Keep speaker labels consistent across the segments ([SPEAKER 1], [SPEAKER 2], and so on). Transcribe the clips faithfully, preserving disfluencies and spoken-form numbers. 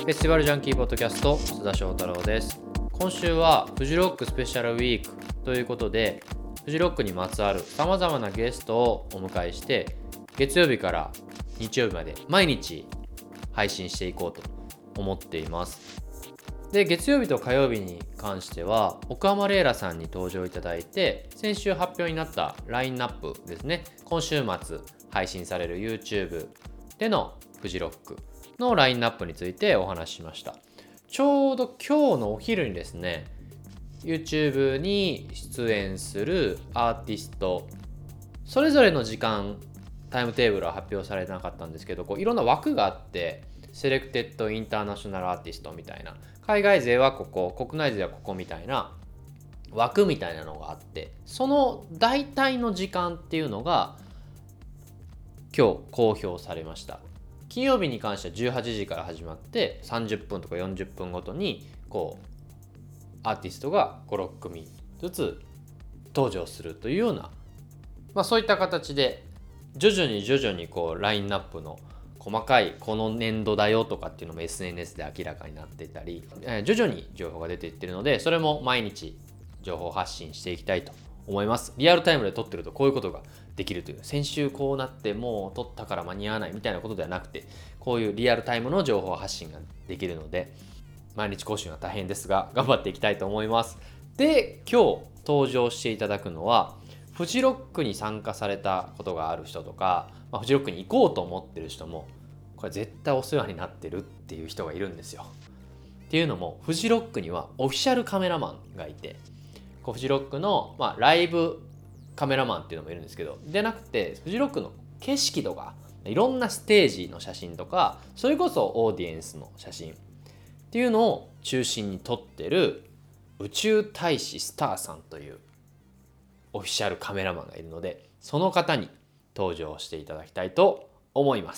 [SPEAKER 1] フェスティバルジャンキーポッドキャスト須田翔太郎です。今週はフジロックスペシャルウィークということで、フジロックにまつわるさまざまなゲストをお迎えして、月曜日から日曜日まで毎日配信していこうと思っています。で、月曜日と火曜日に関しては奥浜レイラさんに登場いただいて、先週発表になったラインナップですね、今週末配信される YouTube でのフジロックのラインナップについてお話ししました。ちょうど今日のお昼にですね、 YouTube に出演するアーティストそれぞれの時間タイムテーブルは発表されなかったんですけど、こういろんな枠があって、セレクテッドインターナショナルアーティストみたいな、海外勢はここ、国内勢はここみたいな枠みたいなのがあって、その大体の時間っていうのが今日公表されました。金曜日に関してはじゅうはちじから始まって、さんじゅっぷんとかよんじゅっぷんごとにこうアーティストがご、ろっくみずつ登場するというような、まあ、そういった形で徐々に徐々にこうラインナップの細かいこの年度だよとかっていうのも エスエヌエス で明らかになっていたり、えー、徐々に情報が出ていってるので、それも毎日情報発信していきたいと思います。リアルタイムで撮ってるとこういうことができるという、先週こうなってもう撮ったから間に合わないみたいなことではなくて、こういうリアルタイムの情報発信ができるので、毎日更新は大変ですが頑張っていきたいと思います。で、今日登場していただくのはフジロックに参加されたことがある人とか、まあ、フジロックに行こうと思ってる人も、これ絶対お世話になってるっていう人がいるんですよ。っていうのも、フジロックにはオフィシャルカメラマンがいて、こうフジロックの、まあ、ライブカメラマンっていうのもいるんですけど、でなくてフジロックの景色とかいろんなステージの写真とか、それこそオーディエンスの写真っていうのを中心に撮ってる宇宙大使スターさんというオフィシャルカメラマンがいるので、その方に登場していただきたいと思います。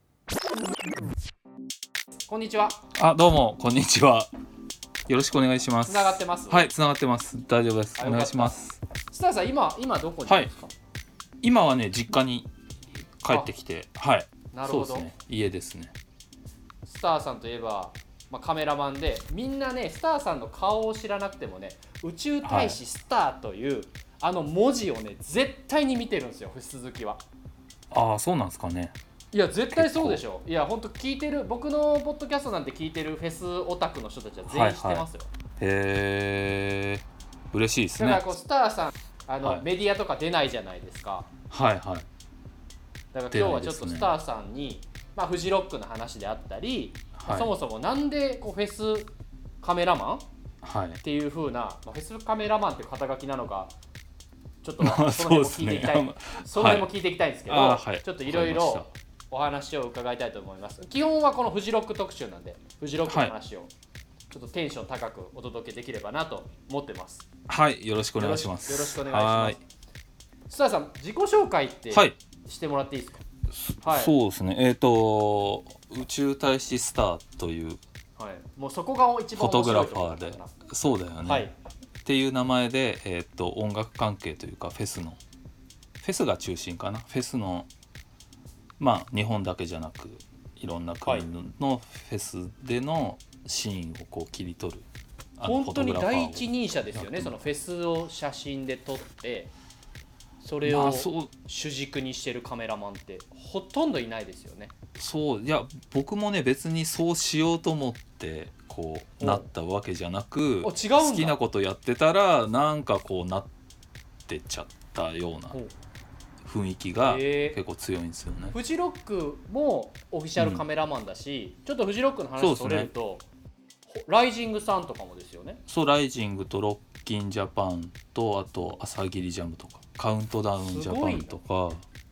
[SPEAKER 1] こんにちは。
[SPEAKER 2] あ、どうもこんにちは。よろしくお願いします。
[SPEAKER 1] つながってます？
[SPEAKER 2] はい、つながってます。大丈夫です。お願いします。
[SPEAKER 1] スターさん、今今どこにいるんですか？
[SPEAKER 2] はい、今はね、実家に帰ってきて、はい。
[SPEAKER 1] なるほど。
[SPEAKER 2] そうですね、家ですね。
[SPEAKER 1] スターさんといえば、まあ、カメラマンで、みんなねスターさんの顔を知らなくてもね、宇宙大使スターという、はい、あの文字をね絶対に見てるんですよ、フェス好きは。
[SPEAKER 2] ああ、そうなんですかね。
[SPEAKER 1] いや絶対そうでしょ。いや本当聞いてる、僕のポッドキャストなんて聞いてるフェスオタクの人たちは全員知ってますよ。
[SPEAKER 2] はいはい、へえ、嬉しいですね。
[SPEAKER 1] だからこうスターさんあの、
[SPEAKER 2] はい、
[SPEAKER 1] メディアとか出ないじゃないですか。
[SPEAKER 2] はいはい。
[SPEAKER 1] だから今日はちょっとスターさんに、まあ、フジロックの話であったり、はい、そもそもなんでこうフェスカメラマン、はい、っていう風な、まあ、フェスカメラマンっていう肩書きなのかちょっとその辺も聞いていきたい、その辺も聞いていきたいんですけど、はい、ちょっといろいろお話を伺いたいと思います。基本はこのフジロック特集なんで、フジロックの話をちょっとテンション高くお届けできればなと思ってます。
[SPEAKER 2] はい、よろしくお願いします。
[SPEAKER 1] よろしくお願いします。スターさん、自己紹介ってしてもらっていいですか？
[SPEAKER 2] はい、そうですね、えっと宇宙大使スターという、
[SPEAKER 1] はい、もうそこが一番面白いところだから。
[SPEAKER 2] フォトグラファーで、そうだよね、はい、っていう名前で、えー、っと音楽関係というかフェスのフェスが中心かな、フェスのまあ日本だけじゃなくいろんな国のフェスでのシーンをこう切り取る、
[SPEAKER 1] はい、本当に第一人者ですよね。そのフェスを写真で撮ってそれを主軸にしてるカメラマンってほとんどいないですよね。
[SPEAKER 2] そう、いや僕もね別にそうしようと思ってこうなったわけじゃなく、好きなことやってたらなんかこうなってっちゃったような雰囲気が結構強いんですよね。
[SPEAKER 1] フジロックもオフィシャルカメラマンだし、うん、ちょっとフジロックの話取れると、ね、ライジングさんとかもですよね。
[SPEAKER 2] そう、ライジングとロッキンジャパンと、あと朝霧ジャムとかカウントダウンジャパンとか、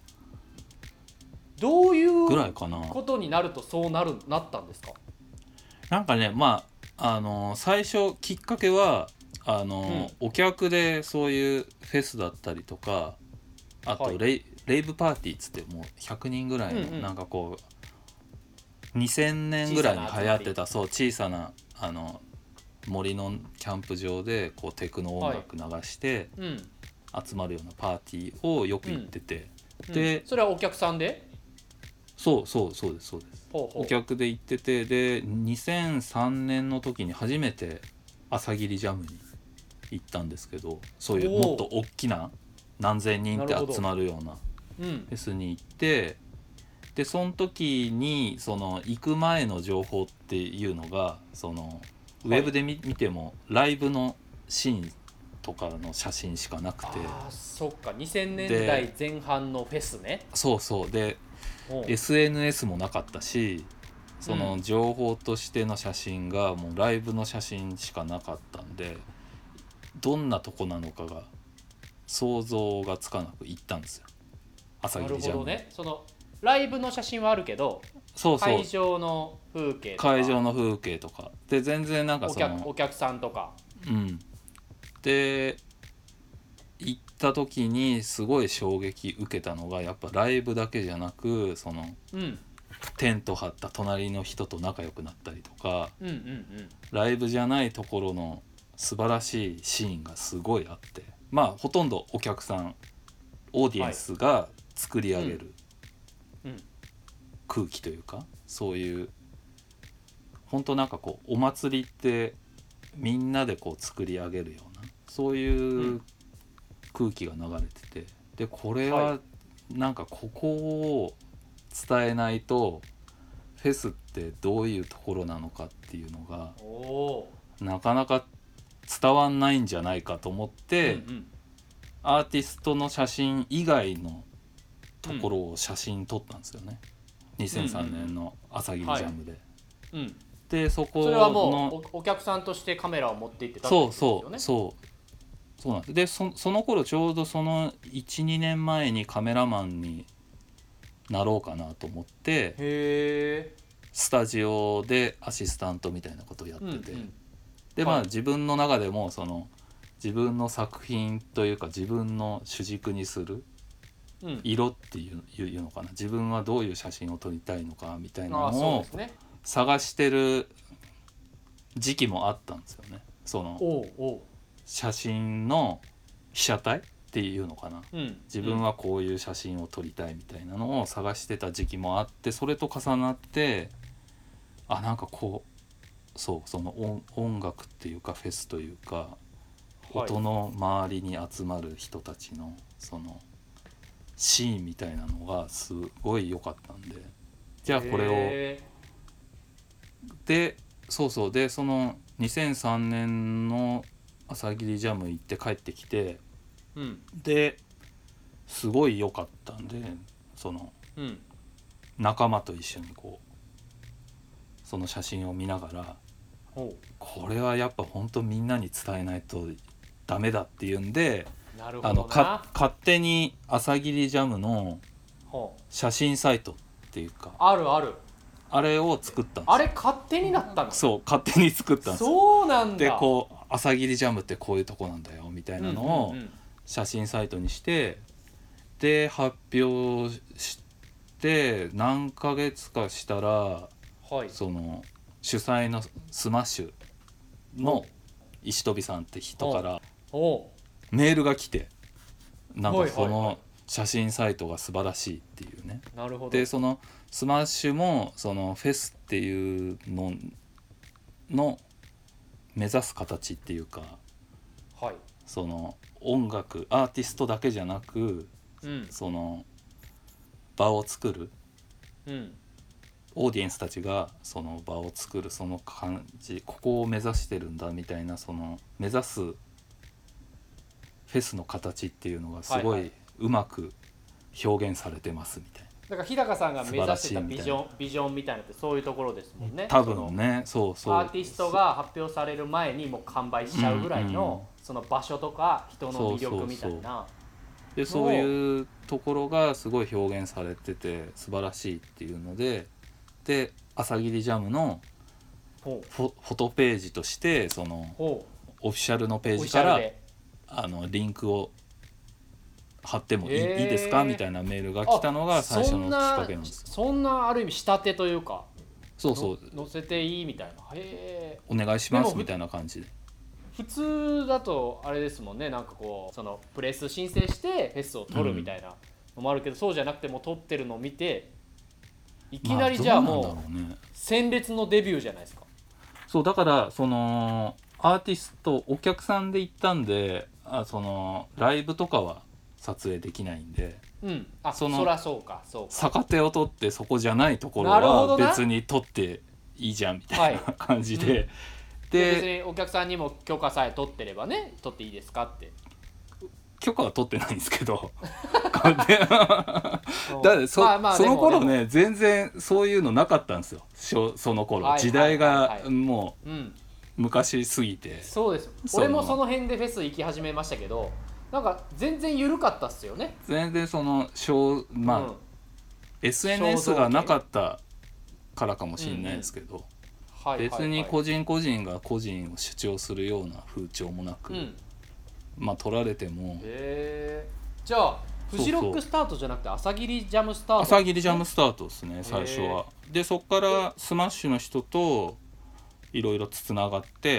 [SPEAKER 1] どういう
[SPEAKER 2] ぐらいかな
[SPEAKER 1] ことになるとそうなるなったんですか？
[SPEAKER 2] なんかね、まああの最初きっかけはあの、うん、お客でそういうフェスだったりとか、あとレイ、はい、レイブパーティーっつってもうひゃくにんぐらいの、うんうん、なんかこうにせんねんぐらいに流行ってた、そう小さなあの森のキャンプ場でこうテクノ音楽流して集まるようなパーティーをよく行ってて、
[SPEAKER 1] うん
[SPEAKER 2] で、
[SPEAKER 1] うん、それはお客さんで？
[SPEAKER 2] そうそうそうですそうです。
[SPEAKER 1] ほうほう。
[SPEAKER 2] お客で行ってて、でにせんさんねんの時に初めて朝霧ジャムに行ったんですけど、そういうもっと大きな何千人って集まるような
[SPEAKER 1] うん
[SPEAKER 2] フェスに行って、でその時にその行く前の情報っていうのが、そのウェブで 見,、見てもライブのシーンとかの写真しかなくて、
[SPEAKER 1] あーそっかにせんねんだいぜん半のフェスね。
[SPEAKER 2] そうそうで
[SPEAKER 1] おう
[SPEAKER 2] エスエヌエス もなかったし、その情報としての写真がもうライブの写真しかなかったんで、どんなとこなのかが想像がつかなく行ったんですよ、朝
[SPEAKER 1] なる
[SPEAKER 2] 霧ジャム。
[SPEAKER 1] ほどね。そのライブの写真はあるけど、
[SPEAKER 2] そうそう、
[SPEAKER 1] 会場の風景とか
[SPEAKER 2] 会場の風景とかで全然なんか
[SPEAKER 1] お
[SPEAKER 2] その
[SPEAKER 1] 客お客さんとか。
[SPEAKER 2] うんで行った時にすごい衝撃受けたのが、やっぱライブだけじゃなく、その
[SPEAKER 1] うん
[SPEAKER 2] テント張った隣の人と仲良くなったりとか、
[SPEAKER 1] うんうんうん
[SPEAKER 2] ライブじゃないところの素晴らしいシーンがすごいあって、まあほとんどお客さんオーディエンスが作り上げる
[SPEAKER 1] うんうん
[SPEAKER 2] 空気というか、そういう本当なんかこうお祭りってみんなでこう作り上げるような、そういう空気が流れてて、でこれはなんかここを伝えないとフェスってどういうところなのかっていうのが
[SPEAKER 1] おー
[SPEAKER 2] なかなか伝わんないんじゃないかと思って、
[SPEAKER 1] うんうん
[SPEAKER 2] アーティストの写真以外のところを写真撮ったんですよね、にせんさんねんの朝霧ジャムで、
[SPEAKER 1] うん、
[SPEAKER 2] でそこの
[SPEAKER 1] それはもう お, お客さんとしてカメラを持って行ってたって
[SPEAKER 2] そう
[SPEAKER 1] ことですよね。
[SPEAKER 2] そうそうそうなんです。で そ, その頃ちょうどその いち,に 年前にカメラマンになろうかなと思って、
[SPEAKER 1] へえ。
[SPEAKER 2] スタジオでアシスタントみたいなことをやってて、
[SPEAKER 1] うんうん
[SPEAKER 2] でまあ、
[SPEAKER 1] はい
[SPEAKER 2] 自分の中でもその自分の作品というか自分の主軸にする
[SPEAKER 1] うん
[SPEAKER 2] 色っていう、いうのかな、自分はどういう写真を撮りたいのかみたいな
[SPEAKER 1] ああそう
[SPEAKER 2] のを
[SPEAKER 1] ですね。
[SPEAKER 2] 探してる時期もあったんですよね。その
[SPEAKER 1] おうおう
[SPEAKER 2] 写真の被写体っていうのかな、
[SPEAKER 1] うん
[SPEAKER 2] 自分はこういう写真を撮りたいみたいなのを探してた時期もあって、それと重なって、あなんかこうそうその 音, 音楽っていうかフェスというか、
[SPEAKER 1] はい
[SPEAKER 2] 音の周りに集まる人たちのそのシーンみたいなのがすごい良かったんで、じゃあこれを
[SPEAKER 1] へ
[SPEAKER 2] でそうそうでそのにせんさんねんの朝霧ジャム行って帰ってきて、
[SPEAKER 1] ーうん
[SPEAKER 2] ですごい良かったんで、その
[SPEAKER 1] うん
[SPEAKER 2] 仲間と一緒にこうその写真を見ながら、
[SPEAKER 1] おう
[SPEAKER 2] これはやっぱ本当みんなに伝えないとダメだっていうんで、
[SPEAKER 1] なるほどな。
[SPEAKER 2] あのか勝手に朝霧ジャムの
[SPEAKER 1] ほう
[SPEAKER 2] 写真サイトっていうか
[SPEAKER 1] あるある。
[SPEAKER 2] あれを作ったんですよ。
[SPEAKER 1] あれ勝手になったの。
[SPEAKER 2] そう勝手に作ったんですよ。
[SPEAKER 1] そうなんだ。
[SPEAKER 2] でこう朝霧ジャムってこういうとこなんだよみたいなのを
[SPEAKER 1] うんうんうん
[SPEAKER 2] 写真サイトにして、で発表して何ヶ月かしたら、
[SPEAKER 1] はい
[SPEAKER 2] その主催のスマッシュの石飛さんって人から
[SPEAKER 1] おう
[SPEAKER 2] メールが来て、なんかその
[SPEAKER 1] はいはいはい
[SPEAKER 2] 写真サイトが素晴らしいっていうね。
[SPEAKER 1] なるほど。
[SPEAKER 2] でそのスマッシュもそのフェスっていうのの目指す形っていうか、
[SPEAKER 1] はい
[SPEAKER 2] その音楽アーティストだけじゃなく、
[SPEAKER 1] うん
[SPEAKER 2] その場を作る
[SPEAKER 1] うん
[SPEAKER 2] オーディエンスたちがその場を作るその感じ、ここを目指してるんだみたいな、その目指すフェスの形っていうのがすご
[SPEAKER 1] はいはい
[SPEAKER 2] いうまく表現されてますみたいな。
[SPEAKER 1] だから日高さんが目指してたビジョン
[SPEAKER 2] 素
[SPEAKER 1] ビジョンみたいなのってそういうところですもんね。
[SPEAKER 2] 多分ね、そうそう。
[SPEAKER 1] アーティストが発表される前にもう完売しちゃうぐらいの、その場所とか人の魅力みたいな。
[SPEAKER 2] でそういうところがすごい表現されてて素晴らしいっていうので、で朝霧ジャムの
[SPEAKER 1] ほう
[SPEAKER 2] フォ、フォトページとしてその
[SPEAKER 1] ほ
[SPEAKER 2] オフィシャルのペー
[SPEAKER 1] うオフィ
[SPEAKER 2] ジから
[SPEAKER 1] シャルで
[SPEAKER 2] あのリンクを貼ってもいい、
[SPEAKER 1] へー
[SPEAKER 2] いいですかみたいなメールが来たのが最初のきっかけなんです。
[SPEAKER 1] そんなそんなある意味仕立てというか、
[SPEAKER 2] そうそう、
[SPEAKER 1] の載せていいみたいな。へえ。
[SPEAKER 2] お願いしま
[SPEAKER 1] でも
[SPEAKER 2] すみたいな感じで。
[SPEAKER 1] 普通だとあれですもんね、なんかこうそのプレス申請してフェスを取るみたいなのもあるけど、そうじゃなくてもう取ってるのを見ていきなりじゃあもう
[SPEAKER 2] まあどうなんだろうね。
[SPEAKER 1] 鮮烈のデビューじゃないですか。
[SPEAKER 2] そうだからそのアーティストお客さんで行ったんで、あそのライブとかは撮影できないんで、
[SPEAKER 1] うん、あそ
[SPEAKER 2] その
[SPEAKER 1] らそうかそうか。
[SPEAKER 2] 逆手を取ってそこじゃないところ
[SPEAKER 1] なるほどな
[SPEAKER 2] は別に撮っていいじゃんみたいな、
[SPEAKER 1] はい、
[SPEAKER 2] 感じで、
[SPEAKER 1] うん、で別
[SPEAKER 2] で
[SPEAKER 1] にお客さんにも許可さえ取ってればね、取っていいですかって。
[SPEAKER 2] 許可は取ってないんですけどでだってそ、
[SPEAKER 1] まあまあ
[SPEAKER 2] その頃
[SPEAKER 1] でも
[SPEAKER 2] ね全然そういうのなかったんですよ。しょその頃、
[SPEAKER 1] はい
[SPEAKER 2] 時代
[SPEAKER 1] はいはい
[SPEAKER 2] が
[SPEAKER 1] はい
[SPEAKER 2] も
[SPEAKER 1] うん、
[SPEAKER 2] う昔すぎて、
[SPEAKER 1] そうです。
[SPEAKER 2] その
[SPEAKER 1] 俺もその辺でフェス行き始めましたけど、なんか全然緩かったっすよね。
[SPEAKER 2] 全然その小まあ、
[SPEAKER 1] うん、
[SPEAKER 2] エスエヌエス がなかったからかもしれないですけど、
[SPEAKER 1] はいはいはい、
[SPEAKER 2] 別に個人個人が個人を主張するような風潮もなく、
[SPEAKER 1] うん、
[SPEAKER 2] まあ取られても、
[SPEAKER 1] へー、じゃあフジロックスタートじゃなくて朝霧ジャムスタート、
[SPEAKER 2] 朝霧ジャムスタートですね最初は。でそこからスマッシュの人といろいろつながって、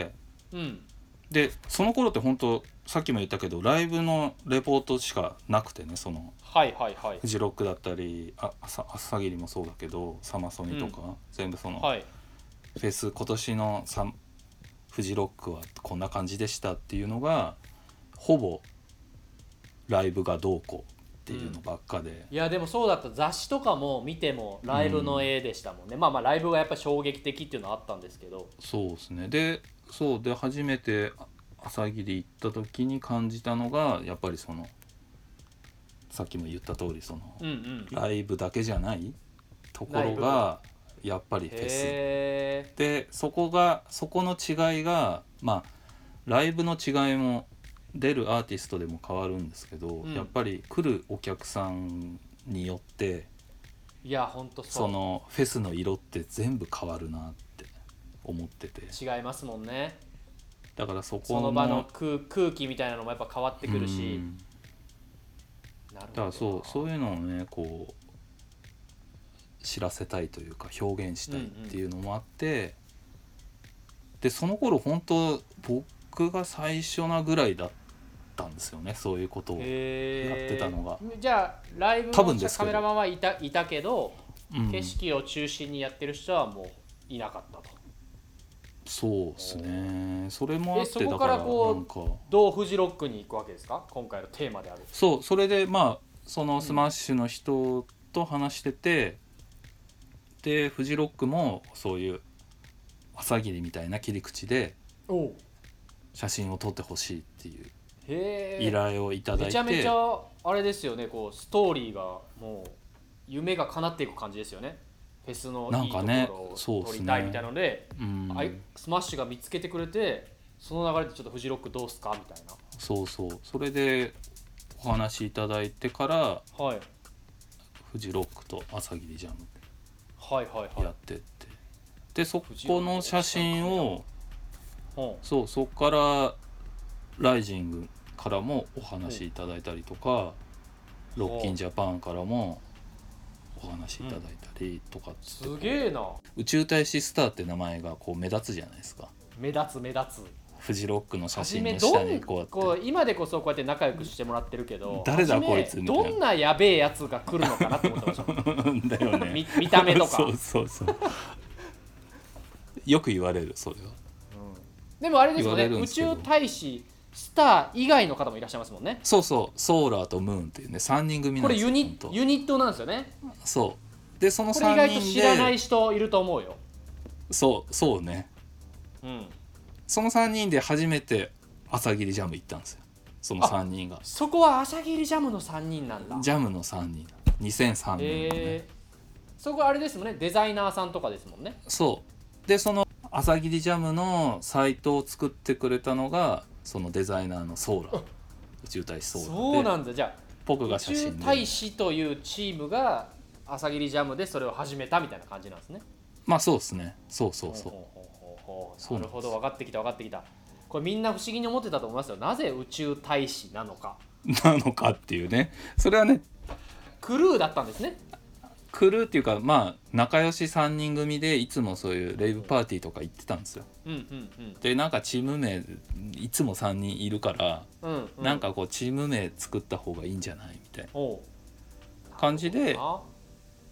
[SPEAKER 1] うん、
[SPEAKER 2] でその頃って本当さっきも言ったけどライブのレポートしかなくてね、その
[SPEAKER 1] はいはいはい、
[SPEAKER 2] フジロックだったりあ朝朝霧もそうだけどサマソニとか、うん、全部その、
[SPEAKER 1] はい、
[SPEAKER 2] フェス今年のサフジロックはこんな感じでしたっていうのがほぼライブがどうこうっていうのばっかで、うん、
[SPEAKER 1] いやでもそうだった。雑誌とかも見てもライブの絵でしたもんね、うん、まあまあライブがやっぱ衝撃的っていうのはあったんですけど。
[SPEAKER 2] そうですね。でそうで初めて朝霧行った時に感じたのがやっぱりそのさっきも言った通りその、うんうん、ライブだけじゃないところがやっぱりフェスで、そこがそこの違いがまあライブの違いも出るアーティストでも変わるんですけど、うん、やっぱり来るお客さんによって
[SPEAKER 1] いやほんとそう、
[SPEAKER 2] そのフェスの色って全部変わるなって思ってて。
[SPEAKER 1] 違いますもんね。
[SPEAKER 2] だからそこの
[SPEAKER 1] その場の 空, 空気みたいなのもやっぱ変わってくるし、
[SPEAKER 2] なるほど。だからそうそういうのをねこう知らせたいというか表現したいっていうのもあって、うんうん、でその頃本当僕が最初なぐらいだったんですよね、そういうことをやってたのが。
[SPEAKER 1] じゃあライブのカメラマンはいた、いたけど、うん、景色を中心にやってる人はもういなかったと。
[SPEAKER 2] そうですね。それもあって
[SPEAKER 1] そこからこうなんかどうフジロックに行くわけですか、今回のテーマである。
[SPEAKER 2] そうそれでまあそのスマッシュの人と話してて、うん、でフジロックもそういう朝霧みたいな切り口で写真を撮ってほしいっていう依頼をいただいて、
[SPEAKER 1] めちゃめちゃあれですよね、こうストーリーがもう夢が叶っていく感じですよね。フェスのいいところを撮りたいみたいなので、なんかね、うん、スマッシュが見つけてくれて、その流れでちょっとフジロックどうすかみたいな。
[SPEAKER 2] そうそう、それでお話いただいてから、はい、フジロックと朝霧ジャムやってって、でそこの写真を、そうそこからライジングからもお話いただいたりとか、ロッキンジャパンからもお話いただいたりとかっつって、
[SPEAKER 1] うん、すげえな。
[SPEAKER 2] 宇宙大使スターって名前がこう目立つじゃないですか。
[SPEAKER 1] 目立つ目立つ。
[SPEAKER 2] フジロックの写真の下にこうやって
[SPEAKER 1] こう今でこそこうやって仲良くしてもらってるけど、
[SPEAKER 2] 誰だこいつみたいな、
[SPEAKER 1] どんなやべえやつが来るのかなって思ってました
[SPEAKER 2] だよね。
[SPEAKER 1] 見, 見た目とか
[SPEAKER 2] そうそうそうよく言われるそれは、うん、
[SPEAKER 1] でもあれですよね、宇宙大使スター以外の方もいらっしゃいますもんね。
[SPEAKER 2] そうそう、ソーラーとムーンっていうねさんにん組なんですよ。
[SPEAKER 1] これユニ、ユニットなんですよね。
[SPEAKER 2] そうでそのさんにんで、
[SPEAKER 1] これ意外と知らない人いると思うよ。
[SPEAKER 2] そうそうね、うん、そのさんにんで初めて朝霧ジャム行ったんですよ、そのさんにんが。
[SPEAKER 1] そこは朝霧ジャムのさんにんなんだ。
[SPEAKER 2] ジャムのさんにん、にせんさんねんのね、え
[SPEAKER 1] ー、そこあれですもんね、デザイナーさんとかですもんね。
[SPEAKER 2] そうでその朝霧ジャムのサイトを作ってくれたのがそのデザイナーのソーラー、宇宙大使ソーラーで。
[SPEAKER 1] そうなんだ。じゃあ
[SPEAKER 2] 僕が写真で
[SPEAKER 1] 宇宙大使というチームが朝霧ジャムでそれを始めたみたいな感じなんですね。
[SPEAKER 2] まあそうですね、そうそうそう、
[SPEAKER 1] ほうほうほうほう、なるほど、分かってきた分かってきた。これみんな不思議に思ってたと思いますよ。なぜ宇宙大使なのか
[SPEAKER 2] なのかっていうね。それはね
[SPEAKER 1] クルーだったんですね。
[SPEAKER 2] クルーっていうかまあ仲良しさんにん組でいつもそういうレイブパーティーとか行ってたんですよ、うんうんうん、でなんかチーム名いつもさんにんいるから、うんうん、なんかこうチーム名作った方がいいんじゃないみたいな感じで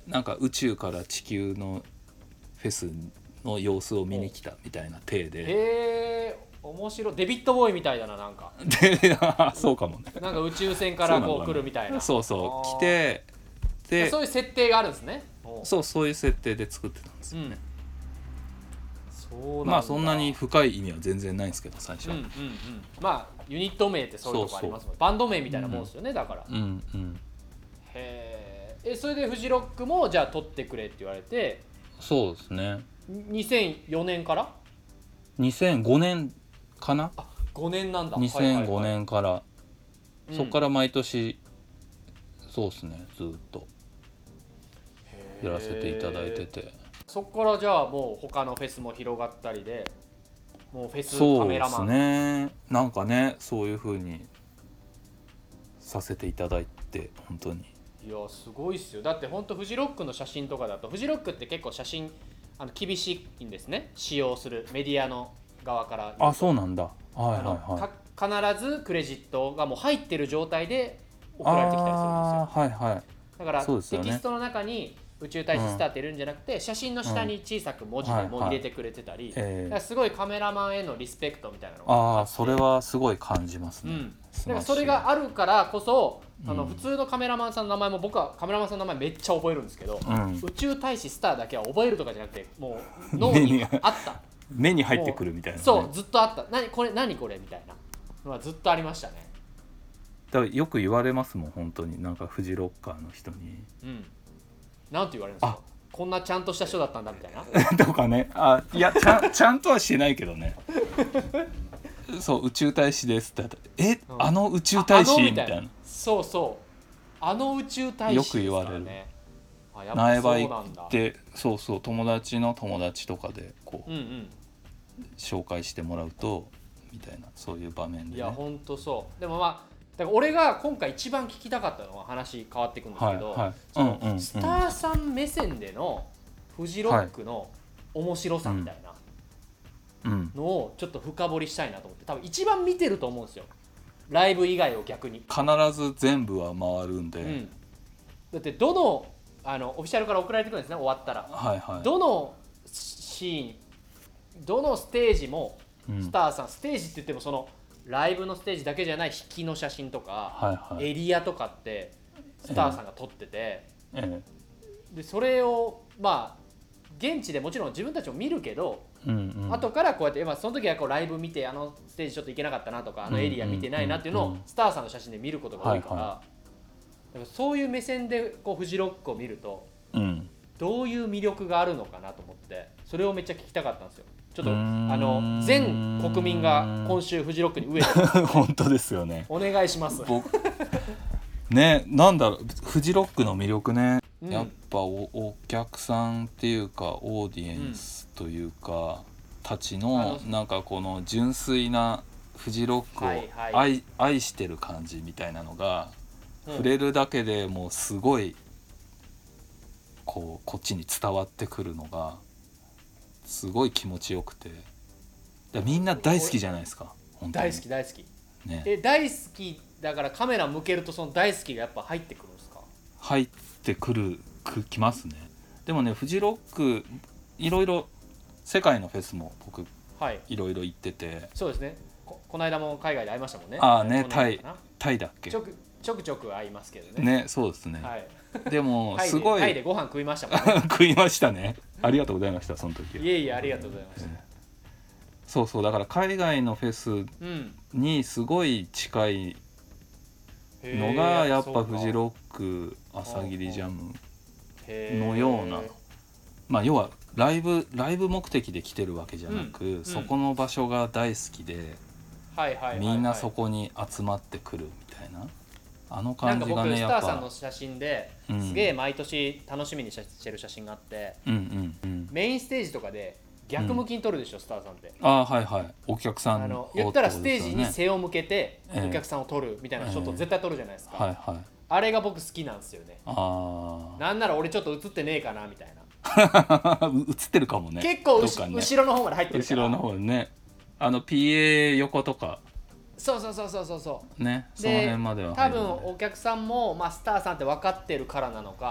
[SPEAKER 2] なんか宇宙から地球のフェスの様子を見に来たみたいな体で、
[SPEAKER 1] へえ面白い。デビッドボーイみたいだな、なんか
[SPEAKER 2] でそうかもね、
[SPEAKER 1] なんか宇宙船からこう来るみたいな。
[SPEAKER 2] そうそう来て、で
[SPEAKER 1] そういう設定があるんですね。
[SPEAKER 2] そうそういう設定で作ってたんですよね、
[SPEAKER 1] うん、そうなんだ。
[SPEAKER 2] まあそんなに深い意味は全然ないんですけど最初、
[SPEAKER 1] うんうんうん、まあユニット名ってそういうとこありますもん。そうそうバンド名みたいなもんですよね、うん、だから、
[SPEAKER 2] うんうん、
[SPEAKER 1] へえ。それでフジロックもじゃあ撮ってくれって言われて。
[SPEAKER 2] そうですね、
[SPEAKER 1] にせんよねんから
[SPEAKER 2] にせんごねんかな。
[SPEAKER 1] あごねんなんだ。
[SPEAKER 2] にせんごねんから、はいはいはい、そっから毎年、うん、そうですねずっとやらせていただいてて、
[SPEAKER 1] そっからじゃあもう他のフェスも広がったりで、もうフェスカメラマン、
[SPEAKER 2] そうですね、なんかねそういう風にさせていただいて本当に
[SPEAKER 1] いやすごいっすよ。だって本当フジロックの写真とかだと、フジロックって結構写真あの厳しいんですね、使用するメディアの側から。
[SPEAKER 2] あ、そうなんだ。はいはいはい。
[SPEAKER 1] 必ずクレジットがもう入ってる状態で送られてきたりするんですよ。
[SPEAKER 2] はいはい、
[SPEAKER 1] だから、
[SPEAKER 2] ね、
[SPEAKER 1] テキストの中に宇宙大使スターっているんじゃなくて、うん、写真の下に小さく文字でも入れてくれてたり、うんはいはい、だからすごいカメラマンへのリスペクトみたいなのがあって、
[SPEAKER 2] ああそれはすごい感じますね、うん、
[SPEAKER 1] だからそれがあるからこそ、あの普通のカメラマンさんの名前も僕はカメラマンさんの名前めっちゃ覚えるんですけど、うん、宇宙大使スターだけは覚えるとかじゃなくて、もう脳にあった
[SPEAKER 2] 目に入ってくるみたいな、ね、
[SPEAKER 1] そうずっとあった。何これ何これみたいなのはずっとありましたね。
[SPEAKER 2] だからよく言われますもん本当に、なんかフジロッカーの人に、
[SPEAKER 1] うん、なんて言われるんですか。こんなちゃんとした人だったんだみたいな
[SPEAKER 2] とかね。あいやちゃんちゃんとはしてないけどねそう宇宙大使ですってえ、うん、あの宇宙大使みたいな、
[SPEAKER 1] そうそうあの宇宙大使ですからね。よく言われる。
[SPEAKER 2] 苗場行ってそうそう友達の友達とかでこう、うんうん、紹介してもらうとみたいな、そういう場面で、ね、
[SPEAKER 1] いやほんとそう。でもまあだから俺が今回一番聞きたかったのは、話変わっていくんですけど、はいはい、その、うんうんうん、スターさん目線でのフジロックの面白さみたいなのをちょっと深掘りしたいなと思って、多分一番見てると思うんですよ、ライブ以外を。逆に
[SPEAKER 2] 必ず全部は回るんで、うん、
[SPEAKER 1] だってどのあのオフィシャルから送られてくるんですね、終わったら、はいはい、どのシーンどのステージもスターさん、うん、ステージって言ってもそのライブのステージだけじゃない引きの写真とか、はいはい、エリアとかってスターさんが撮ってて、ええ、でそれをまあ現地でもちろん自分たちも見るけど、うんうん、後からこうやって、まあ、その時はこうライブ見てあのステージちょっと行けなかったなとかあのエリア見てないなっていうのをスターさんの写真で見ることが多いから、はいはい、だからそういう目線でこうフジロックを見ると、うん、どういう魅力があるのかなと思って、それをめっちゃ聞きたかったんですよ。ちょっとあの全国民が今週フジロックに飢えてます、ね、
[SPEAKER 2] 本当ですよね。
[SPEAKER 1] お願いします
[SPEAKER 2] ね。なんだろうフジロックの魅力ね、うん、やっぱ お, お客さんっていうかオーディエンスというか、うん、たちのなんかこの純粋なフジロックを 愛,、はいはい、愛してる感じみたいなのが、うん、触れるだけでもうすごいこうこっちに伝わってくるのがすごい気持ちよくて、みんな大好きじゃないですか。本当に
[SPEAKER 1] 大好き大好き、ね、え大好きだからカメラ向けるとその大好きがやっぱ入ってくるんですか。
[SPEAKER 2] 入ってくるくきますね。でもねフジロックいろいろ世界のフェスも僕、はい、いろいろ行ってて、
[SPEAKER 1] そうですね こ, この間も海外で会いましたもんね。
[SPEAKER 2] ああねタイタイだっけ。
[SPEAKER 1] ちょくちょくちょく会いますけどね。
[SPEAKER 2] ねそうですね、はい、でもすごい
[SPEAKER 1] タイでご飯食いましたもんね
[SPEAKER 2] 食いましたね。ありがとうございましたその時は。
[SPEAKER 1] いえいえありがとうございました、ね、
[SPEAKER 2] そうそうだから海外のフェスにすごい近いのがやっぱフジロック朝霧ジャムのような、まあ要はライブライブ目的で来てるわけじゃなく、うん、そこの場所が大好きで、うん、みんなそこに集まってくるみたいなあの感じがね。
[SPEAKER 1] なんか僕スターさんの写真ですげえ毎年楽しみにしてる写真があって、うんうんうん、メインステージとかで逆向きに撮るでしょ、うん、スターさんって。
[SPEAKER 2] ああはいはいお客さん
[SPEAKER 1] あの言ったらステージに背を向けてお客さんを撮るみたいなショット絶対撮るじゃないですか、えーはいはい、あれが僕好きなんですよね。あなんなら俺ちょっと映ってねえかなみたいな
[SPEAKER 2] 映ってるかもね
[SPEAKER 1] 結構、ね、後ろの方まで入ってるから
[SPEAKER 2] 後ろの方ねあの ピーエー 横とか
[SPEAKER 1] そうそうそうそうそうそう
[SPEAKER 2] ねその辺までは
[SPEAKER 1] 多分お客さんも、まあ、スターさんって分かってるからなのか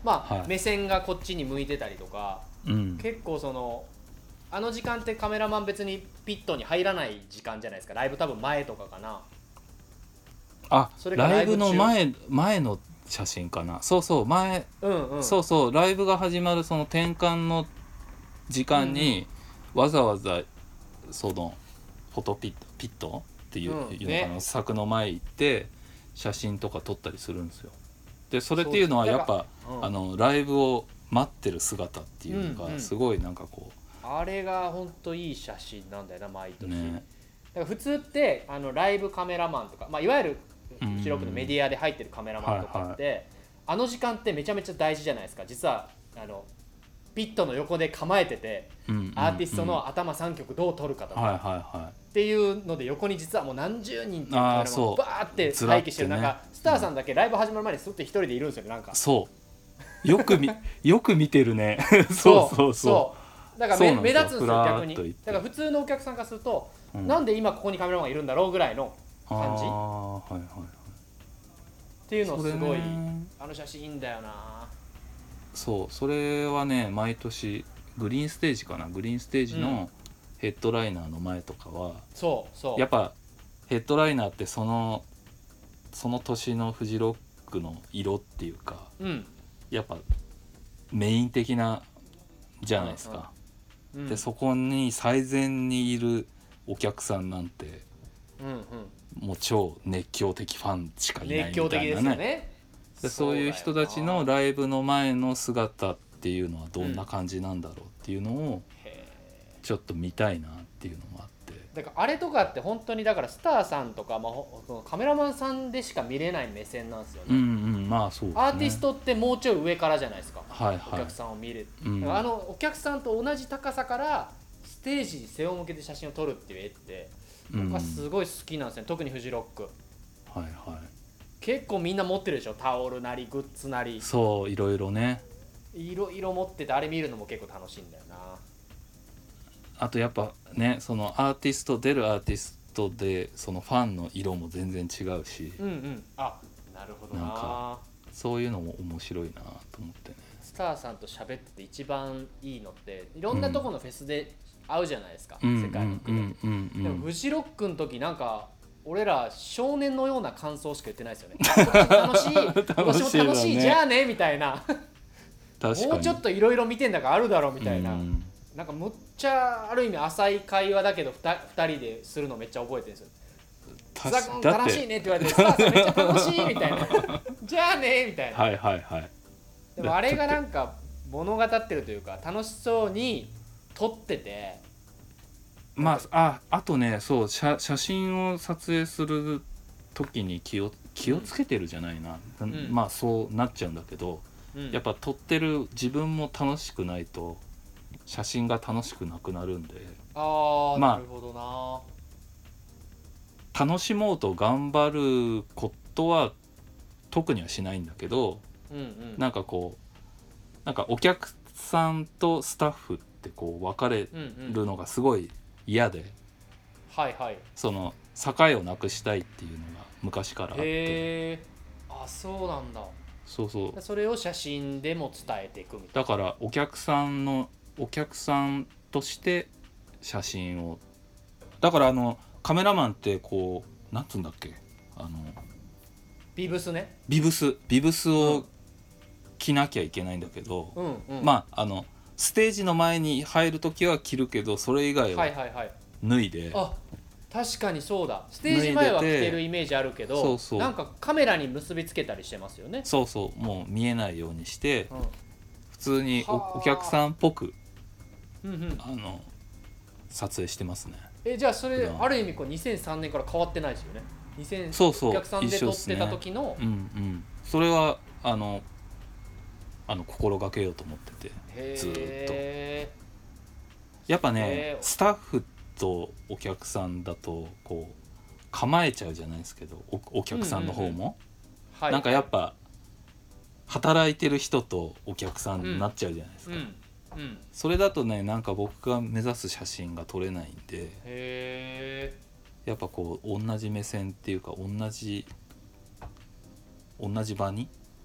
[SPEAKER 1] まあ、
[SPEAKER 2] はい
[SPEAKER 1] 目線がこっちに向いてたりとか、
[SPEAKER 2] うん、
[SPEAKER 1] 結構そのあの時間ってカメラマン別にピットに入らない時間じゃないですか。ライブ多分前とかかな。
[SPEAKER 2] あ
[SPEAKER 1] それかラ
[SPEAKER 2] ライブ
[SPEAKER 1] イブ中
[SPEAKER 2] の前前の写真かな。そうそう前、
[SPEAKER 1] うんうん、
[SPEAKER 2] そうそうライブが始まるその転換の時間に、うんうん、わざわざそのフォトピットピットっていう,、
[SPEAKER 1] うん
[SPEAKER 2] いうのかな、
[SPEAKER 1] ね、
[SPEAKER 2] 柵の前行って写真とか撮ったりするんですよ。でそれっていうのはやっぱ、うん、あのライブを待ってる姿っていうのがすごいなんかこう、
[SPEAKER 1] うんうん、あれがほんといい写真なんだよな毎年、
[SPEAKER 2] ね、
[SPEAKER 1] だから普通ってあのライブカメラマンとか、まあ、いわゆるフジロックのメディアで入ってるカメラマンとかって、はいはい、あの時間ってめちゃめちゃ大事じゃないですか。実はあのピットの横で構えてて、うんうんうん、アーティストの頭さんきょくどう撮るかとか、はいはいはい、っていうので横に実はもう何十人っていうカメラマンバーって待機してる中、ね、スターさんだけライブ始まる前にすって一人でいるんですよね。なんか
[SPEAKER 2] そうよくみよく見てるねそうそうそう
[SPEAKER 1] だから 目, 目立つんですよ逆に。だから普通のお客さんからすると、うん、なんで今ここにカメラマンがいるんだろうぐらいの感じ、あ、はいはいはい、っていうのすごい、ね、あの写真いいんだよな。
[SPEAKER 2] そうそれはね毎年グリーンステージかなグリーンステージのヘッドライナーの前とかは、うん、
[SPEAKER 1] そうそう
[SPEAKER 2] やっぱヘッドライナーってそのその年のフジロックの色っていうか、うん、やっぱメイン的なじゃないですか、うんうん、でそこに最前にいるお客さんなんて、うんうん、もう超熱狂的ファンしかいないみたいなね。
[SPEAKER 1] 熱狂的ですよね。
[SPEAKER 2] でそういう人たちのライブの前の姿っていうのはどんな感じなんだろうっていうのをちょっと見たいなっていうのもあって、
[SPEAKER 1] だからあれとかって本当にだからスターさんとか、まあ、そのカメラマンさんでしか見れない目線なんですよね。
[SPEAKER 2] うんうんまあそうですね。
[SPEAKER 1] アーティストってもうちょい上からじゃないですか、
[SPEAKER 2] はいはい、
[SPEAKER 1] お客さんを見る、
[SPEAKER 2] うん、
[SPEAKER 1] だからあのお客さんと同じ高さからステージに背を向けて写真を撮るっていう絵って僕はすごい好きなんですね、うん、特にフジロック。
[SPEAKER 2] はいはい。
[SPEAKER 1] 結構みんな持ってるでしょ、タオルなりグッズなり。
[SPEAKER 2] そういろいろね、
[SPEAKER 1] いろいろ持っててあれ見るのも結構楽しいんだよな。
[SPEAKER 2] あとやっぱねそのアーティスト出るアーティストでそのファンの色も全然違うし、
[SPEAKER 1] うんうん、あ、なるほどな。
[SPEAKER 2] なんかそういうのも面白いなと思ってね。
[SPEAKER 1] スターさんと喋ってて一番いいのっていろんなとこのフェスで会うじゃないですか、うん、世界の国で、うんうんうん、でもフジロックの時なんか俺ら少年のような感想しか言ってないですよね楽しい今年も楽しい、ね、じゃあねみたいな確かにもうちょっといろいろ見てんだからあるだろうみたいな、うん、なんかむっちゃある意味浅い会話だけど 2, 2人でするのめっちゃ覚えてるんですよ。スタ君楽しいねって言われてスターさんめっちゃ楽しいみたいなじゃあねみたいな。
[SPEAKER 2] はいはいはい。
[SPEAKER 1] でもあれがなんか物語ってるというか楽しそうに撮ってて、
[SPEAKER 2] まあ、あ, あとねそう 写, 写真を撮影する時に気を気をつけてるじゃないな、うん、まあそうなっちゃうんだけど、うん、やっぱ撮ってる自分も楽しくないと写真が楽しくなくなるんで、
[SPEAKER 1] あ、まあ、なるほどな。
[SPEAKER 2] 楽しもうと頑張ることは特にはしないんだけど、うんうん、なんかこうなんかお客さんとスタッフってこう分かれるのがすごい嫌で、うんうん、
[SPEAKER 1] はいはい、
[SPEAKER 2] その境をなくしたいっていうのが昔からあって。
[SPEAKER 1] へー、あ、そうなんだ。
[SPEAKER 2] そうそう。
[SPEAKER 1] それを写真でも伝えていくみたいな。
[SPEAKER 2] だからお客さんのお客さんとして写真を、だからあのカメラマンってこうなんつうんだっけ、あの
[SPEAKER 1] ビブスね。
[SPEAKER 2] ビブスビブスを着なきゃいけないんだけど、うんうん、まああのステージの前に入るときは着るけどそれ以外は脱いで、はいはいはい、
[SPEAKER 1] あ、確かにそうだ。ステージ前は着てるイメージあるけど、そうそう、なんかカメラに結びつけたりしてますよね。
[SPEAKER 2] そうそう、もう見えないようにして、うん、普通に お, お客さんっぽく、うんうん、あの撮影してますね。
[SPEAKER 1] え、じゃあそれある意味こうにせんさんねんから変わってないですよね。にせん
[SPEAKER 2] そうそう、
[SPEAKER 1] お客さんで撮ってた時の、
[SPEAKER 2] ね、うんうん、それはあのあの心がけようと思ってて、ずっとやっぱねスタッフとお客さんだとこう構えちゃうじゃないですけど お, お客さんの方も、うんうんうん、はい、なんかやっぱ働いてる人とお客さんになっちゃうじゃないですか、うんうんうん、それだとねなんか僕が目指す写真が撮れないんで、へー、やっぱこう同じ目線っていうか同じ同じ場に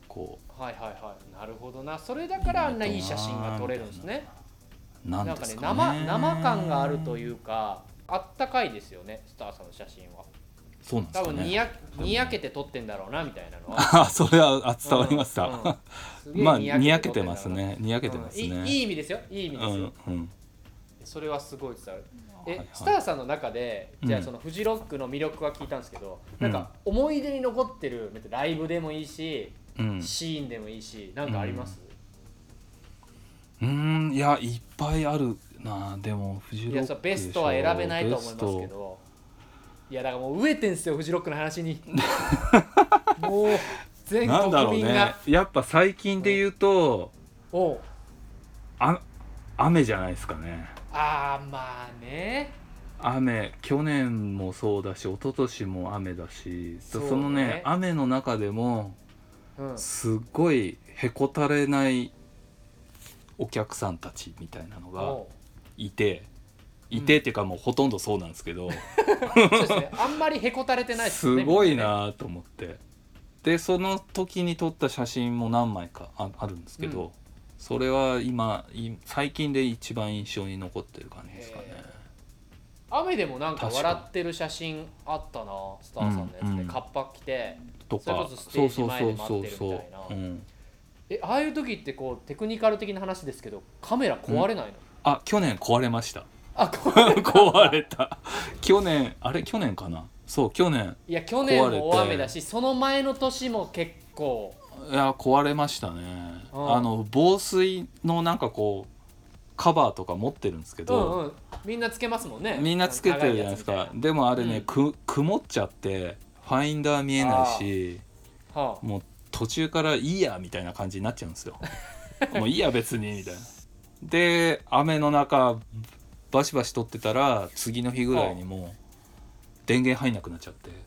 [SPEAKER 2] こ
[SPEAKER 1] はいはいはい、なるほどな。それだからあんないい写真が撮れるんですね。
[SPEAKER 2] うなん
[SPEAKER 1] なんかね、
[SPEAKER 2] ですかね
[SPEAKER 1] 生生感があるというか、あったかいですよね、スターさんの写真は。
[SPEAKER 2] そうなんですかね。
[SPEAKER 1] 多分にやにやけて撮ってんだろうなみたいなのは。
[SPEAKER 2] あそれはあ伝わりました、
[SPEAKER 1] うんうんすげえ
[SPEAKER 2] まあにやけて
[SPEAKER 1] 撮ってんだろうな
[SPEAKER 2] ますねにやけてますね、
[SPEAKER 1] うんいい、いい意味ですよ、いい意味ですよ。
[SPEAKER 2] うんうん
[SPEAKER 1] それはすごい伝わる。え、
[SPEAKER 2] はいはい
[SPEAKER 1] スターさんの中で、じゃあ
[SPEAKER 2] うん
[SPEAKER 1] そのフジロックの魅力は聞いたんですけど、
[SPEAKER 2] うん
[SPEAKER 1] なんか思い出に残ってるライブでもいいし、
[SPEAKER 2] うん
[SPEAKER 1] シーンでもいいし、なんかあります？
[SPEAKER 2] うーんいやいっぱいあるな。でもフジロックでしょ。
[SPEAKER 1] いや、そうベストは選べないと思いますけど、いやだからもう飢えてんすよ、フジロックの話に。もう全
[SPEAKER 2] なんだろうね
[SPEAKER 1] 国民が。
[SPEAKER 2] やっぱ最近で言うと、
[SPEAKER 1] おう
[SPEAKER 2] あ雨じゃないですかね。
[SPEAKER 1] あーまあね。
[SPEAKER 2] 雨去年もそうだし一昨年も雨だし そ,、
[SPEAKER 1] そうね
[SPEAKER 2] のね雨の中でも
[SPEAKER 1] うん
[SPEAKER 2] すっごいへこたれないお客さんたちみたいなのが
[SPEAKER 1] おう
[SPEAKER 2] いていてっていうかもうほとんどそうなんですけど、
[SPEAKER 1] そうですね、あんまりへこたれてないですよね。
[SPEAKER 2] すごい
[SPEAKER 1] みんね。
[SPEAKER 2] なと思って、でその時に撮った写真も何枚か あ, あるんですけど、
[SPEAKER 1] うん
[SPEAKER 2] それは今い最近で一番印象に残ってる感じですかね。
[SPEAKER 1] へ雨でもなんか
[SPEAKER 2] 確か
[SPEAKER 1] 笑ってる写真あったな、スターさんのやつで、
[SPEAKER 2] うんうん
[SPEAKER 1] カッパ着て、
[SPEAKER 2] と
[SPEAKER 1] それこ
[SPEAKER 2] か
[SPEAKER 1] そステージ前で待ってるみたいな。
[SPEAKER 2] うん
[SPEAKER 1] え、ああいう時ってこうテクニカル的な話ですけど、カメラ壊れないの？
[SPEAKER 2] あ去年壊れました
[SPEAKER 1] あ、壊れ
[SPEAKER 2] 壊れた去年あれ去年かなそう去年
[SPEAKER 1] いや去年も大雨だし、その前の年も結構。
[SPEAKER 2] いや壊れましたね。
[SPEAKER 1] うん
[SPEAKER 2] あの防水のなんかこうカバーとか持ってるんですけ
[SPEAKER 1] うん
[SPEAKER 2] ど、
[SPEAKER 1] うん、みんなつけますもんね。
[SPEAKER 2] みんなつけてるじゃないですか。でもあれね、
[SPEAKER 1] うん
[SPEAKER 2] く曇っちゃってファインダー見えないし、
[SPEAKER 1] はあ、
[SPEAKER 2] もう途中からいいやみたいな感じになっちゃうんですよもういいや別にみたいな。で雨の中バシバシ撮ってたら次の日ぐらいにもう電源入んなくなっちゃって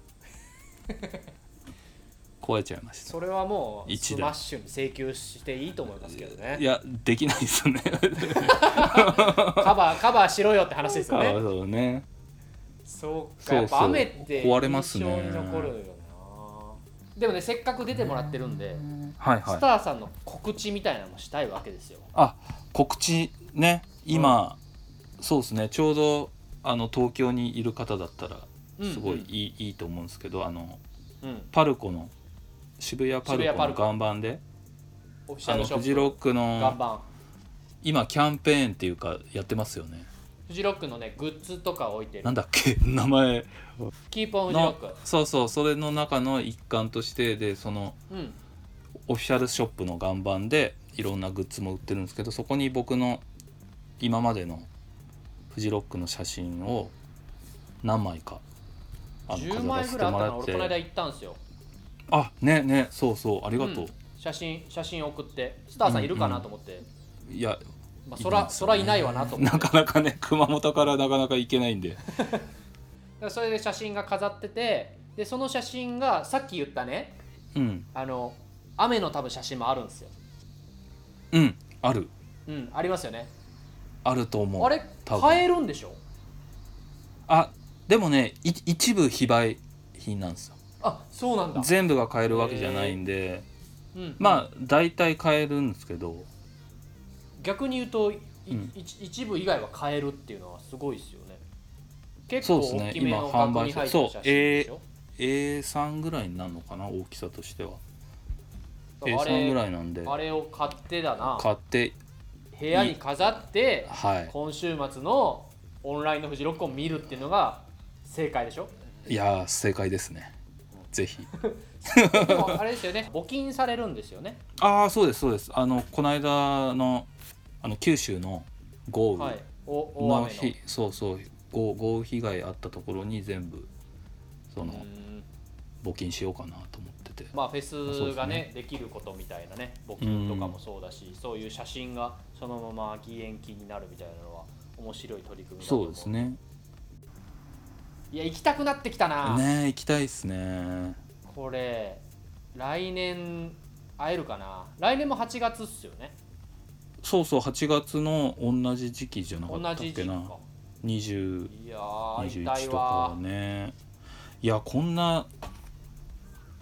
[SPEAKER 2] 壊れちゃいました。
[SPEAKER 1] それはもう
[SPEAKER 2] 一台
[SPEAKER 1] スマッシュに請求していいと思いますけどね。
[SPEAKER 2] いやできないですね
[SPEAKER 1] カバーカバーしろよって話ですよね。
[SPEAKER 2] そうね。
[SPEAKER 1] そうか、
[SPEAKER 2] そうそう
[SPEAKER 1] やっぱ雨って
[SPEAKER 2] 壊れますね
[SPEAKER 1] 印象に残るよな。でもね、せっかく出てもらってるんで、
[SPEAKER 2] はいはい。
[SPEAKER 1] スターさんの告知みたいなのもしたいわけですよ。
[SPEAKER 2] あ告知ね今、うん、そうですねちょうどあの東京にいる方だったらすごいいい、うんうん、いいと思うんですけど、あの、うん、パルコの渋谷パルコの岩盤で
[SPEAKER 1] オフィシャルショップ
[SPEAKER 2] フジロックの
[SPEAKER 1] 岩盤
[SPEAKER 2] 今キャンペーンっていうかやってますよね。
[SPEAKER 1] フジロックのねグッズとか置いてる。
[SPEAKER 2] なんだっけ名前
[SPEAKER 1] キープオンフジロック。
[SPEAKER 2] そうそうそれの中の一環としてでその、うん、オフィシャルショップの岩盤でいろんなグッズも売ってるんですけど、そこに僕の今までのフジロックの写真を何枚か
[SPEAKER 1] あのじゅうまいぐらいあったの。俺この間行ったんですよ。
[SPEAKER 2] あねねそうそうありがとう、うん、
[SPEAKER 1] 写真写真送ってスターさんいるかなと思って、
[SPEAKER 2] うんうん、いや、
[SPEAKER 1] まあ、そらそらいないわなと思って
[SPEAKER 2] なかなかね熊本からなかなか行けないんで
[SPEAKER 1] それで写真が飾ってて、でその写真がさっき言ったね、うん、あの雨の多分写真もあるんですよ。
[SPEAKER 2] うんある
[SPEAKER 1] うんありますよね。
[SPEAKER 2] あると思う。
[SPEAKER 1] あれ買えるんでしょ。
[SPEAKER 2] あでもね一部非売品なんですよ。
[SPEAKER 1] あそうなんだ。
[SPEAKER 2] 全部が買えるわけじゃないんで、うん、まあ大体買えるんですけど、
[SPEAKER 1] 逆に言うと、うん、一部以外は買えるっていうのはすごいですよね。結構大きめの額に入った写真でしょ。
[SPEAKER 2] エーさん ぐらいになるのかな大きさとしては。エーさん ぐらいなんで
[SPEAKER 1] あれを買ってだな。
[SPEAKER 2] 買って
[SPEAKER 1] 部屋に飾って、
[SPEAKER 2] はい、
[SPEAKER 1] 今週末のオンラインのフジロックを見るっていうのが正解でしょ。
[SPEAKER 2] いや正解ですね。ぜひ
[SPEAKER 1] でもあれですよね、募金されるんですよね。
[SPEAKER 2] ああそうですそうです。あのこの間のあの九州の豪雨の日、はい、そうそう豪雨被害あったところに全部その募金しようかなと思ってて、
[SPEAKER 1] まあフェスが ね, ねできることみたいなね、募金とかもそうだし、うそういう写真がそのまま義援金になるみたいなのは面白い取り組みだと思う。
[SPEAKER 2] そうですね。
[SPEAKER 1] いや行きたくなってきたな。
[SPEAKER 2] ね行きたいですね。
[SPEAKER 1] これ来年会えるかな。来年もはちがつっすよね。
[SPEAKER 2] そうそうはちがつの同じ時期じゃなかったっけな。にじゅう、
[SPEAKER 1] いやー
[SPEAKER 2] にじゅういちとかね。いやこんな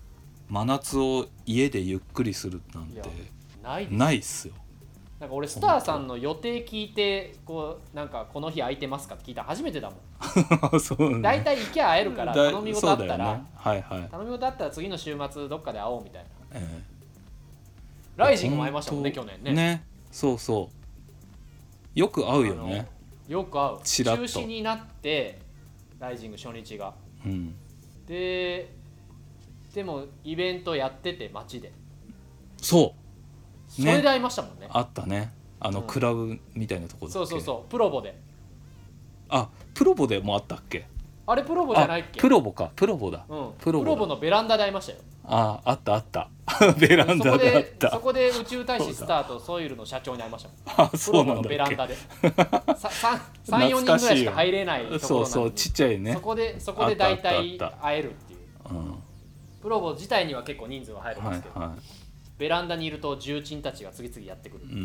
[SPEAKER 2] 真夏を家でゆっくりするなんて
[SPEAKER 1] ない
[SPEAKER 2] ないっすよ。
[SPEAKER 1] なんか俺スターさんの予定聞いてこうなんかこの日空いてますかって聞いたら初めてだもん。
[SPEAKER 2] そうね、
[SPEAKER 1] だいたい行きゃ会えるから頼み事あったら、
[SPEAKER 2] ね、はいはい、
[SPEAKER 1] 頼み事あったら次の週末どっかで会おうみたいな、
[SPEAKER 2] えー、
[SPEAKER 1] ライジングも会いましたもんね去年ね。
[SPEAKER 2] ね、そうそうよく会うよね。
[SPEAKER 1] よく会う。
[SPEAKER 2] チラッと
[SPEAKER 1] 中止になってライジング初日が、
[SPEAKER 2] うん、
[SPEAKER 1] ででもイベントやってて街で
[SPEAKER 2] そう
[SPEAKER 1] それで会いましたもんね。
[SPEAKER 2] あったね、あの、うん、クラブみたいなとこだっけ。
[SPEAKER 1] そうそうそう、プロボで。
[SPEAKER 2] あ、プロボでもあったっけ。
[SPEAKER 1] あれプロボじゃないっけ。
[SPEAKER 2] プロボか、プロボだ、
[SPEAKER 1] うん、プロボ、プロボのベランダで会いましたよ。
[SPEAKER 2] ああ、あったあったベランダであった。
[SPEAKER 1] そこで宇宙大使スターとソイルの社長に会いましたもん。
[SPEAKER 2] あ、そうなんだっけ。
[SPEAKER 1] プロボのベランダでさん、よにんぐらいしか入れないところなのに、
[SPEAKER 2] そうそう、ちっちゃいね。
[SPEAKER 1] そこでそこで大体会えるっていう。
[SPEAKER 2] うん、
[SPEAKER 1] プロボ自体には結構人数は入るんですけど、
[SPEAKER 2] はいはい、
[SPEAKER 1] ベランダにいると重鎮たちが次々やってくる。
[SPEAKER 2] うん、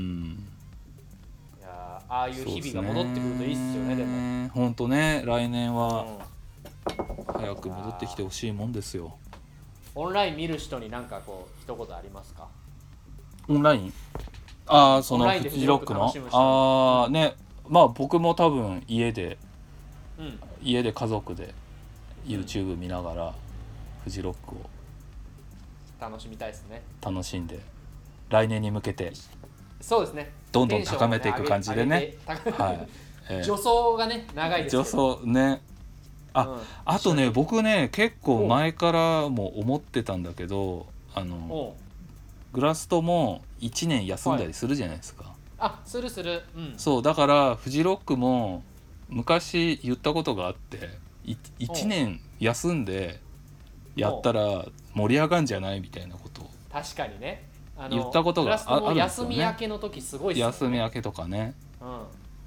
[SPEAKER 1] いやああいう日々が戻ってくるといいっすよね。でも
[SPEAKER 2] 本当ね、来年は早く戻ってきてほしいもんですよ。
[SPEAKER 1] オンライン見る人に何かこう一言ありますか。
[SPEAKER 2] オンライン、ああ、そのフジロックの、ああね、まあ僕も多分家で、うん、家で家族で YouTube 見ながらフジロックを
[SPEAKER 1] 楽しみたいですね。
[SPEAKER 2] 楽しんで来年に向けて
[SPEAKER 1] そうですね、
[SPEAKER 2] どんどん高めていく感じでね、はい、
[SPEAKER 1] えー、助走がね長いですよ。
[SPEAKER 2] 助走ね。あ、うん、あとね、僕ね結構前からも思ってたんだけど、あのグラストもいちねん休んだりするじゃないですか、はい、
[SPEAKER 1] あ、するする、うん、
[SPEAKER 2] そうだからフジロックも昔言ったことがあって、いいちねん休んでやったら盛り上がんじゃないみたいなことを
[SPEAKER 1] 確かにね、あの
[SPEAKER 2] 言ったことがあるんですよね。
[SPEAKER 1] 休み明けの時すごいっすよね。
[SPEAKER 2] 休み明けとかね、
[SPEAKER 1] うん、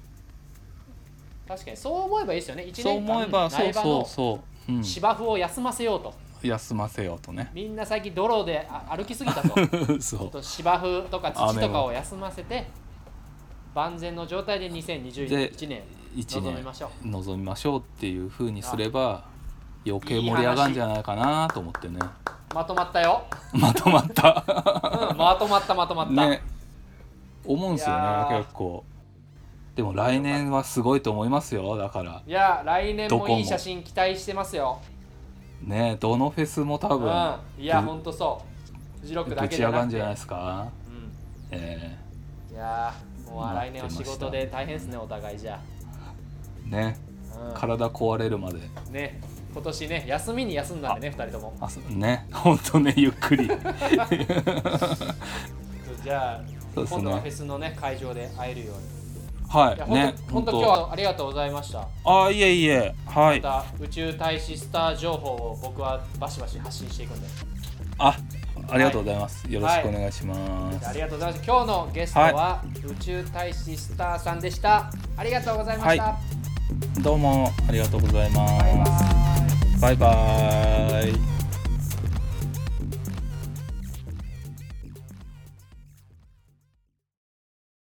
[SPEAKER 1] 確かにそう思えばいいですよね。いちねん
[SPEAKER 2] かん苗場の
[SPEAKER 1] 芝生を休ませようと、
[SPEAKER 2] 休ませようとね。
[SPEAKER 1] みんな最近泥で歩きすぎたとそう芝生とか土とかを休ませて万全の状態でにせんにじゅういちねん臨みましょう
[SPEAKER 2] 臨みましょうっていう風にすれば余計盛り上がるんじゃないかなと思ってね。
[SPEAKER 1] まとまったよ
[SPEAKER 2] まとまった、
[SPEAKER 1] うん、まとまったまとまった
[SPEAKER 2] ね、思うんすよね結構。でも来年はすごいと思いますよ。だから
[SPEAKER 1] いや来年もいい写真期待してますよ
[SPEAKER 2] ね。どのフェスも多分、うん、
[SPEAKER 1] いやほんとそうフジロックだけじゃなくてぶち上がるん
[SPEAKER 2] じゃないですか、
[SPEAKER 1] うん、えー、いやもう来年は仕事で大変ですねお互いじゃ
[SPEAKER 2] ね、うん、体壊れるまで
[SPEAKER 1] ね。今年ね休みに休んだんでねふたりとも
[SPEAKER 2] あね、ほんとねゆっくり
[SPEAKER 1] じゃあ、ね、今度はフェスのね会場で会えるように。
[SPEAKER 2] はい、
[SPEAKER 1] いね、本当今日はありがとうございました。
[SPEAKER 2] あ、いえいえ、はい。
[SPEAKER 1] また宇宙大使スター情報を僕はバシバシ発信していくんで。
[SPEAKER 2] あ、ありがとうございます。はい、よろしくお願いします、
[SPEAKER 1] はい。ありがとうございます。今日のゲストは、はい、宇宙大使スターさんでした。ありがとうございました。はい、
[SPEAKER 2] どうもありがとうございます。バイバイ。バイバイ。